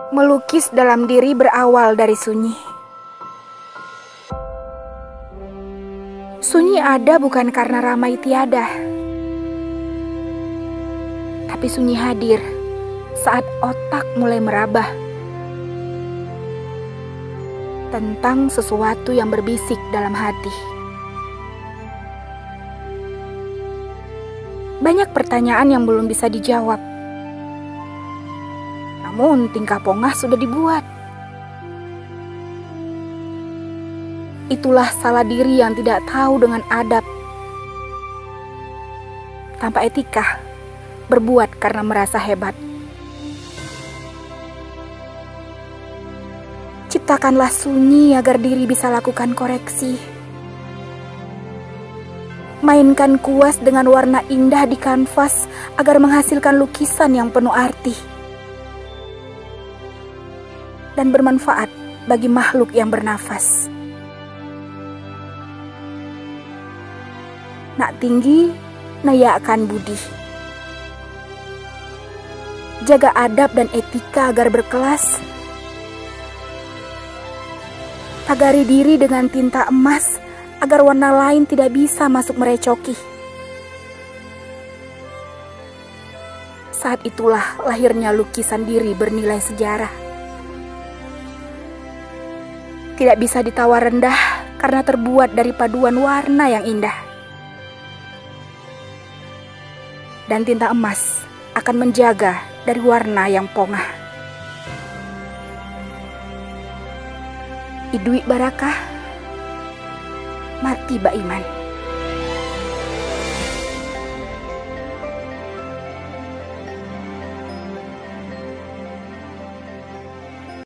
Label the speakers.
Speaker 1: Melukis dalam diri berawal dari sunyi. Sunyi ada bukan karena ramai tiada, tapi sunyi hadir saat otak mulai meraba tentang sesuatu yang berbisik dalam hati. Banyak pertanyaan yang belum bisa dijawab, namun tingkah pongah sudah dibuat. Itulah salah diri yang tidak tahu dengan adab, tanpa etika, berbuat karena merasa hebat. Ciptakanlah sunyi agar diri bisa lakukan koreksi. Mainkan kuas dengan warna indah di kanvas agar menghasilkan lukisan yang penuh arti dan bermanfaat bagi makhluk yang bernafas. Nak tinggi, nayakkan budi. Jaga adab dan etika agar berkelas. Pagari diri dengan tinta emas agar warna lain tidak bisa masuk merecoki. Saat itulah lahirnya lukisan diri bernilai sejarah. Tidak bisa ditawar rendah karena terbuat dari paduan warna yang indah. Dan tinta emas akan menjaga dari warna yang pongah. Idui Barakah, Marti Baiman.